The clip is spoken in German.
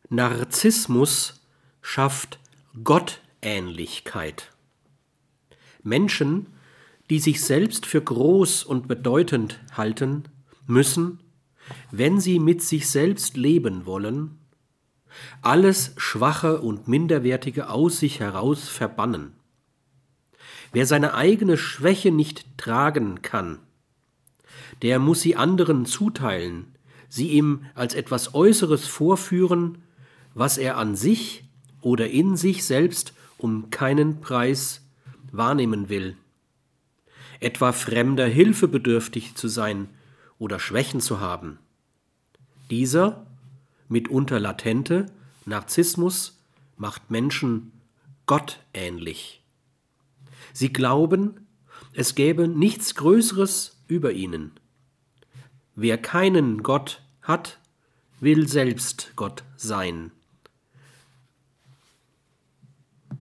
Narzissmus schafft Gottähnlichkeit. Menschen, die sich selbst für groß und bedeutend halten, müssen, wenn sie mit sich selbst leben wollen, alles Schwache und Minderwertige aus sich heraus verbannen. Wer seine eigene Schwäche nicht tragen kann, der muss sie anderen zuteilen, sie ihm als etwas Äußeres vorführen, was er an sich oder in sich selbst um keinen Preis wahrnehmen will. Etwa fremder Hilfe bedürftig zu sein oder Schwächen zu haben. Dieser, mitunter latente, Narzissmus macht Menschen gottähnlich. Sie glauben, es gäbe nichts Größeres über ihnen. Wer keinen Gott hat, will selbst Gott sein.